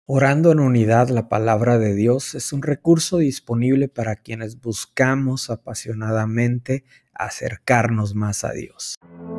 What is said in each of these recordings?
Orando en unidad, la palabra de Dios es un recurso disponible para quienes buscamos apasionadamente acercarnos más a Dios.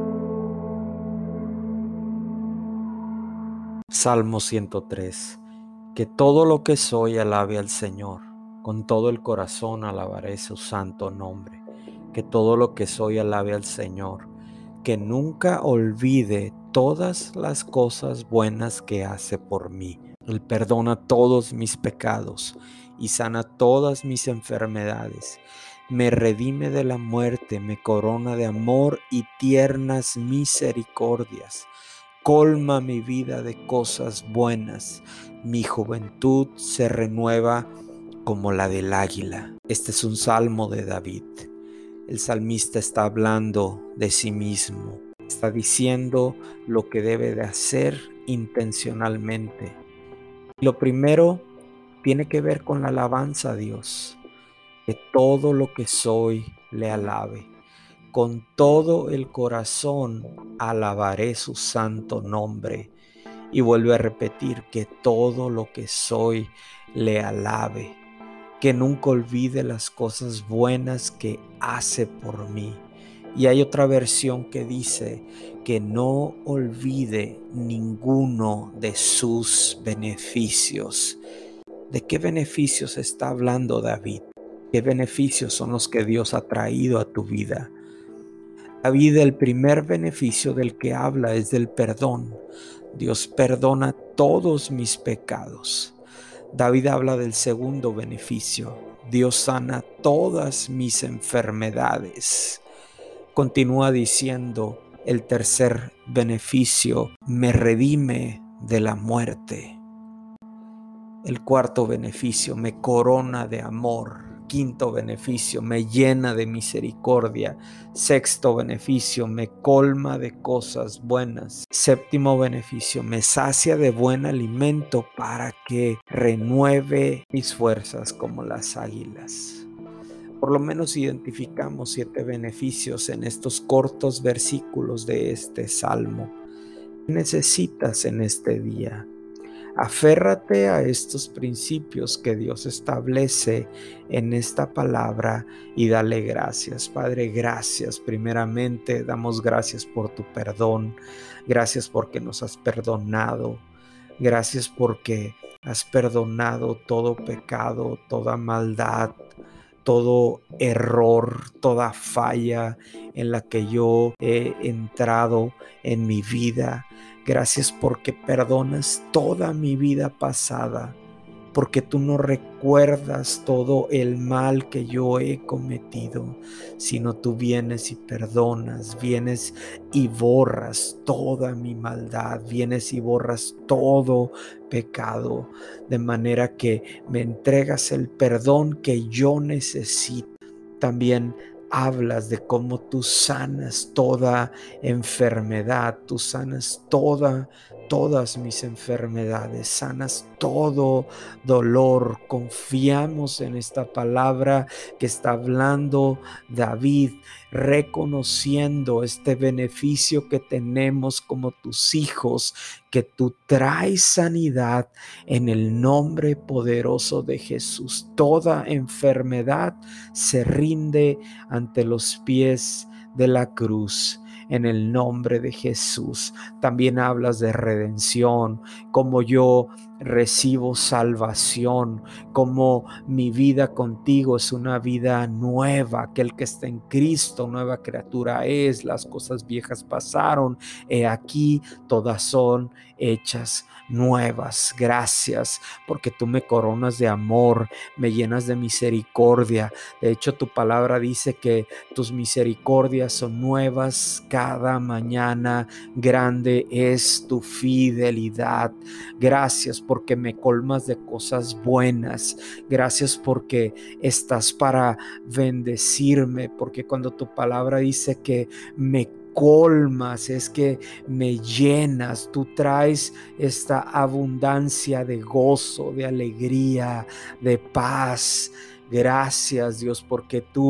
Salmo 103. Que todo lo que soy alabe al Señor. Con todo el corazón alabaré su santo nombre. Que todo lo que soy alabe al Señor. Que nunca olvide todas las cosas buenas que hace por mí. Él perdona todos mis pecados y sana todas mis enfermedades. Me redime de la muerte, me corona de amor y tiernas misericordias. Colma mi vida de cosas buenas. Mi juventud se renueva como la del águila. Este es un salmo de David. El salmista está hablando de sí mismo. Está diciendo lo que debe de hacer intencionalmente. Lo primero tiene que ver con la alabanza a Dios. Que todo lo que soy le alabe. Con todo el corazón alabaré su santo nombre. Y vuelve a repetir que todo lo que soy le alabe. Que nunca olvide las cosas buenas que hace por mí. Y hay otra versión que dice que no olvide ninguno de sus beneficios. ¿De qué beneficios está hablando David? ¿Qué beneficios son los que Dios ha traído a tu vida? David, el primer beneficio del que habla es del perdón. Dios perdona todos mis pecados. David habla del segundo beneficio. Dios sana todas mis enfermedades. Continúa diciendo el tercer beneficio, me redime de la muerte. El cuarto beneficio, me corona de amor. Quinto beneficio, me llena de misericordia. Sexto beneficio, me colma de cosas buenas. Séptimo beneficio, me sacia de buen alimento para que renueve mis fuerzas como las águilas. Por lo menos identificamos 7 beneficios en estos cortos versículos de este salmo. ¿Qué necesitas en este día? Aférrate a estos principios que Dios establece en esta palabra y dale gracias. Padre, gracias. Primeramente, damos gracias por tu perdón. Gracias porque nos has perdonado. Gracias porque has perdonado todo pecado, toda maldad, todo error, toda falla en la que yo he entrado en mi vida. Gracias porque perdonas toda mi vida pasada, porque tú no recuerdas todo el mal que yo he cometido, sino tú vienes y perdonas, vienes y borras toda mi maldad, vienes y borras todo pecado, de manera que me entregas el perdón que yo necesito. También hablas de cómo tú sanas toda enfermedad, tú sanas todas mis enfermedades, sanas todo dolor. Confiamos en esta palabra que está hablando David, reconociendo este beneficio que tenemos como tus hijos, que tú traes sanidad en el nombre poderoso de Jesús. Toda enfermedad se rinde ante los pies de la cruz. En el nombre de Jesús. También hablas de redención, como yo recibo salvación, como mi vida contigo es una vida nueva. Aquel que está en Cristo, nueva criatura es. Las cosas viejas pasaron, he aquí todas son hechas nuevas. Gracias porque tú me coronas de amor, me llenas de misericordia. De hecho, tu palabra dice que tus misericordias son nuevas cada mañana. Grande es tu fidelidad. Gracias porque me colmas de cosas buenas. Gracias porque estás para bendecirme, porque cuando tu palabra dice que me colmas, es que me llenas, tú traes esta abundancia de gozo, de alegría, de paz. Gracias, Dios, porque tú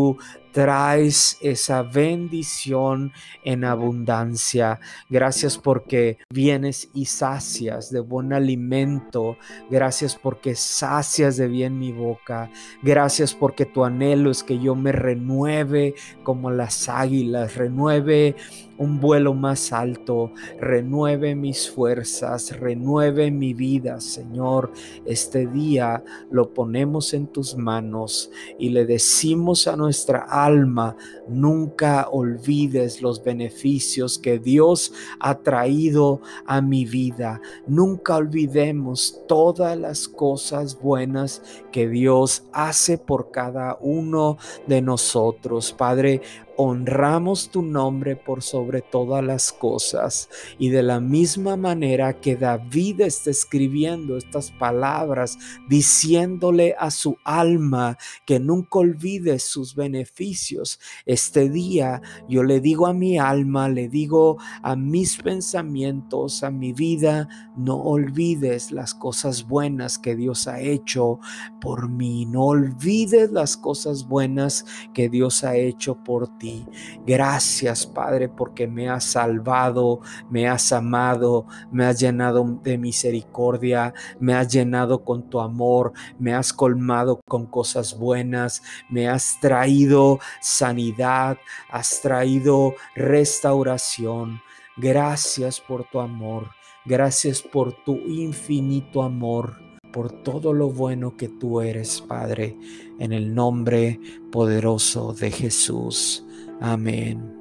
traes esa bendición en abundancia. Gracias porque vienes y sacias de buen alimento. Gracias porque sacias de bien mi boca. Gracias porque tu anhelo es que yo me renueve como las águilas, renueve un vuelo más alto, renueve mis fuerzas, renueve mi vida, Señor. Este día lo ponemos en tus manos y le decimos a nuestra alma: nunca olvides los beneficios que Dios ha traído a mi vida. Nunca olvidemos todas las cosas buenas que Dios hace por cada uno de nosotros. Padre, honramos tu nombre por sobre todas las cosas, y de la misma manera que David está escribiendo estas palabras diciéndole a su alma que nunca olvide sus beneficios, este día yo le digo a mi alma, le digo a mis pensamientos, a mi vida: no olvides las cosas buenas que Dios ha hecho por mí. No olvides las cosas buenas que Dios ha hecho por ti. Gracias, Padre, porque me has salvado, me has amado, me has llenado de misericordia, me has llenado con tu amor, me has colmado con cosas buenas, me has traído sanidad, has traído restauración. Gracias por tu amor, gracias por tu infinito amor, por todo lo bueno que tú eres, Padre, en el nombre poderoso de Jesús. Amén.